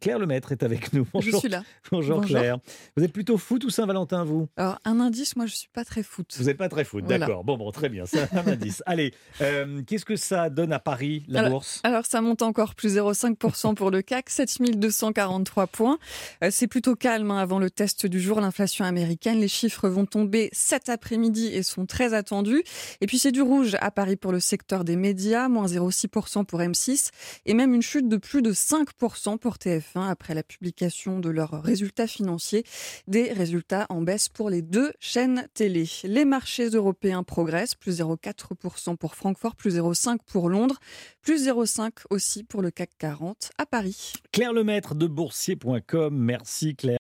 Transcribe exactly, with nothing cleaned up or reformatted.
Claire Lemaître est avec nous. Je Bonjour. suis là. Bonjour, Bonjour. Claire. Vous êtes plutôt foot ou Saint-Valentin, vous? Alors, un indice, moi, je suis pas très foot. Vous n'êtes pas très foot, Voilà. d'accord. Bon, bon, très bien, c'est un indice. Allez, euh, qu'est-ce que ça donne à Paris, la alors, bourse? alors, ça monte encore, plus zéro virgule cinq pour cent pour le C A C, sept mille deux cent quarante-trois points. Euh, c'est plutôt calme hein, avant le test du jour, l'inflation américaine. Les chiffres vont tomber cet après-midi et sont très attendus. Et puis, c'est du rouge à Paris pour le secteur des médias, moins zéro virgule six pour cent pour M six, et même une chute de plus de cinq pour cent pour T F un après la publication de leurs résultats financiers. Des résultats en baisse pour les deux chaînes télé. Les marchés européens progressent, plus zéro virgule quatre pour cent pour Francfort, plus zéro virgule cinq pour cent pour Londres, plus zéro virgule cinq pour cent aussi pour le C A C quarante à Paris. Claire Lemaître de boursier point com, merci Claire.